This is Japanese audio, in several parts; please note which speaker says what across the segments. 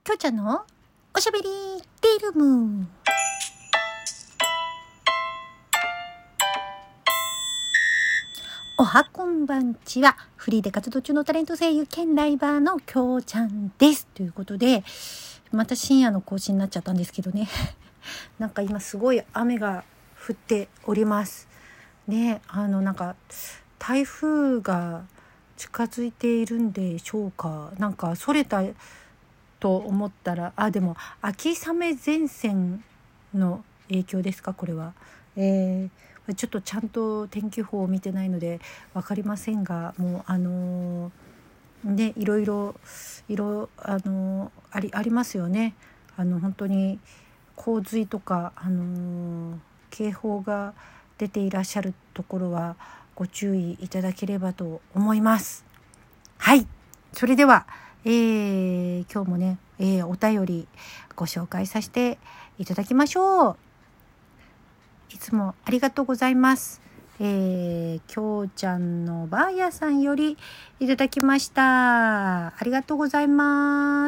Speaker 1: きょうちゃんのおしゃべりティールーム。おはこんばんちは。フリーで活動中のタレント声優兼ライバーのきょうちゃんです。ということで、また深夜の更新になっちゃったんですけどね。なんか今すごい雨が降っております。ね、なんか台風が近づいているんでしょうか。なんかそれたと思ったら、でも秋雨前線の影響ですか、これは。ちょっとちゃんと天気予報を見てないので分かりませんが、もうね、いろいろありますよね。本当に洪水とか、警報が出ていらっしゃるところはご注意いただければと思います。はい、それでは、今日もね、お便りご紹介させていただきましょう。いつもありがとうございます。きょうちゃんのばあやさんよりいただきました。ありがとうございます。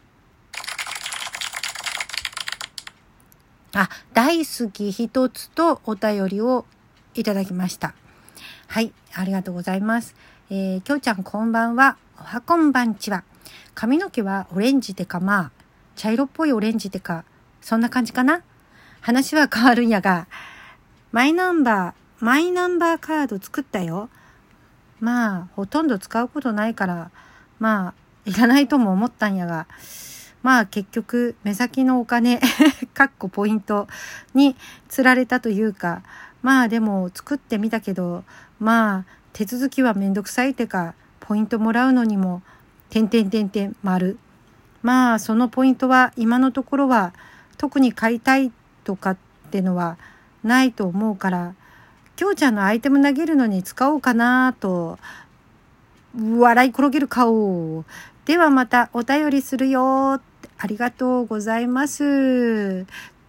Speaker 1: 大好き一つとお便りをいただきました。はい、ありがとうございます。きょうちゃんこんばんは。おはこんばんちは。髪の毛はオレンジでか、茶色っぽいオレンジでか、そんな感じかな。話は変わるんやが、マイナンバーカード作ったよ。ほとんど使うことないから、いらないとも思ったんやが、結局目先のお金かっこポイントに釣られたというか、でも作ってみたけど、手続きはめんどくさいってか、ポイントもらうのにも丸。そのポイントは今のところは特に買いたいとかってのはないと思うから、きょうちゃんのアイテム投げるのに使おうかなと笑い転げる顔では、またお便りするよ。ありがとうございます。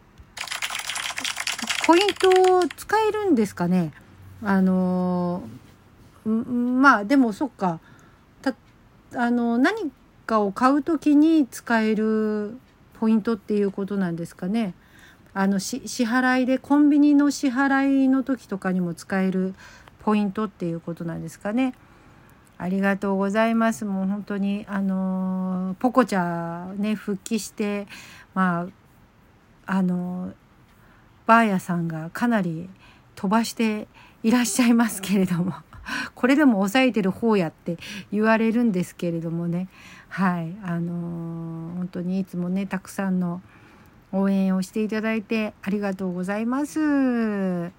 Speaker 1: ポイント使えるんですかね。でもそっか、何かを買うときに使えるポイントっていうことなんですかね。支払いで、コンビニの支払いの時とかにも使えるポイントっていうことなんですかね。ありがとうございます。もう本当にポコチャね、復帰してばあやさんがかなり飛ばしていらっしゃいますけれどもこれでも抑えてる方やって言われるんですけれどもね。はい、本当にいつもね、たくさんの応援をしていただいてありがとうございます。はい、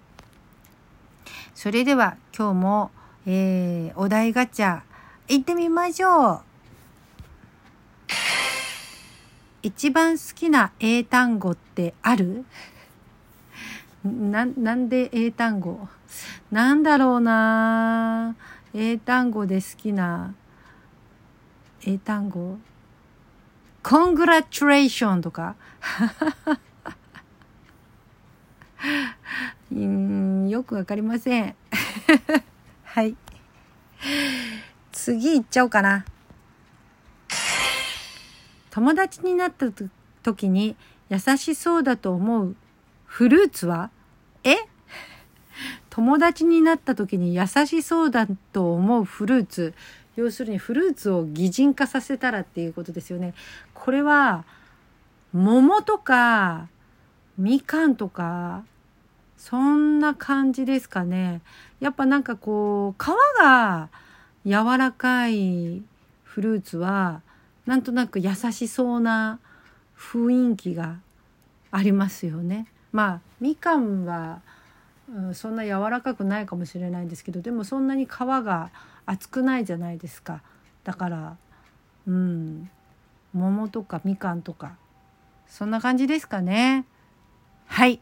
Speaker 1: それでは今日も、お題ガチャ行ってみましょう。一番好きな英単語ってある？なんで英単語なんだろうな。英単語で好きな英単語、コングラチュレーションとかよくわかりませんはい、次行っちゃおうかな。友達になった時に優しそうだと思うフルーツは？友達になった時に優しそうだと思うフルーツ、要するにフルーツを擬人化させたらっていうことですよね。これは桃とかみかんとか、そんな感じですかね。やっぱなんかこう皮が柔らかいフルーツはなんとなく優しそうな雰囲気がありますよね。みかんはそんな柔らかくないかもしれないんですけど、でもそんなに皮が厚くないじゃないですか。だから桃とかみかんとか、そんな感じですかね。はい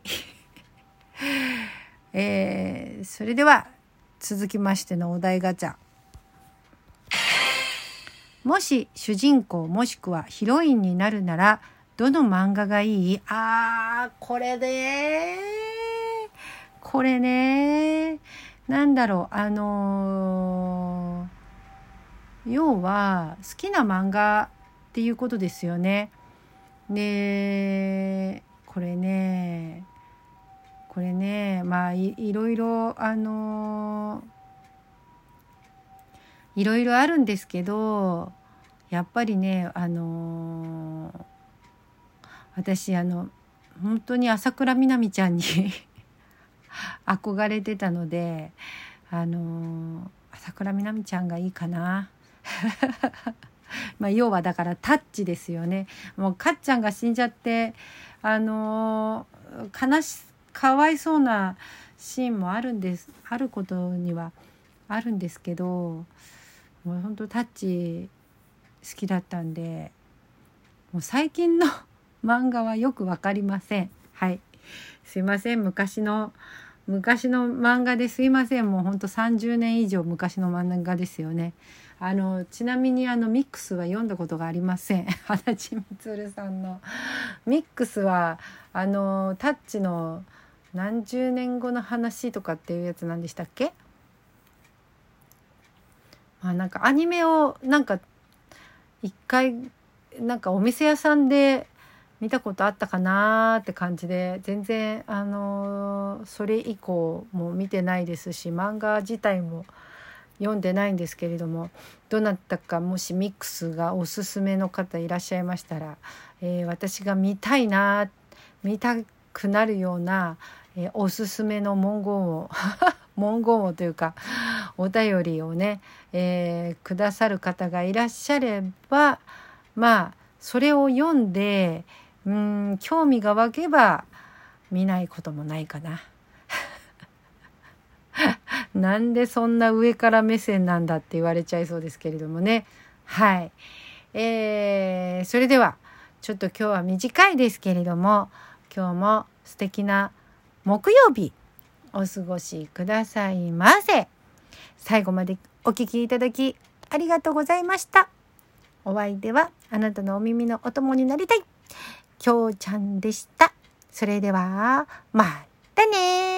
Speaker 1: それでは続きましてのお題ガチャ。もし主人公もしくはヒロインになるならどの漫画がいい？これね、なんだろう、要は好きな漫画っていうことですよね。でこれねまあいろいろいろいろあるんですけど、やっぱりね私本当に朝倉みなみちゃんに憧れてたので朝倉みなみちゃんがいいかなまあ要はだからタッチですよね。もうかっちゃんが死んじゃってかわいそうなシーンもあることにはあるんですけど、もう本当タッチ好きだったんで、もう最近の漫画はよくわかりません。はい、すいません。昔の漫画ですいません。もうほんと30年以上昔の漫画ですよね。ちなみにミックスは読んだことがありません。足立みつるさんのミックスはタッチの何十年後の話とかっていうやつなんでしたっけ？なんかアニメをなんか一回なんかお店屋さんで見たことあったかなって感じで、全然それ以降も見てないですし、漫画自体も読んでないんですけれども、どなたかもしミックスがおすすめの方いらっしゃいましたら、私が見たくなるような、おすすめの文言をというかお便りをね、くださる方がいらっしゃれば、まあそれを読んで興味が湧けば見ないこともないかななんでそんな上から目線なんだって言われちゃいそうですけれどもね。はい、それではちょっと今日は短いですけれども、今日も素敵な木曜日お過ごしくださいませ。最後までお聞きいただきありがとうございました。お相手はあなたのお耳のお供になりたいきょうちゃんでした。それではまたね。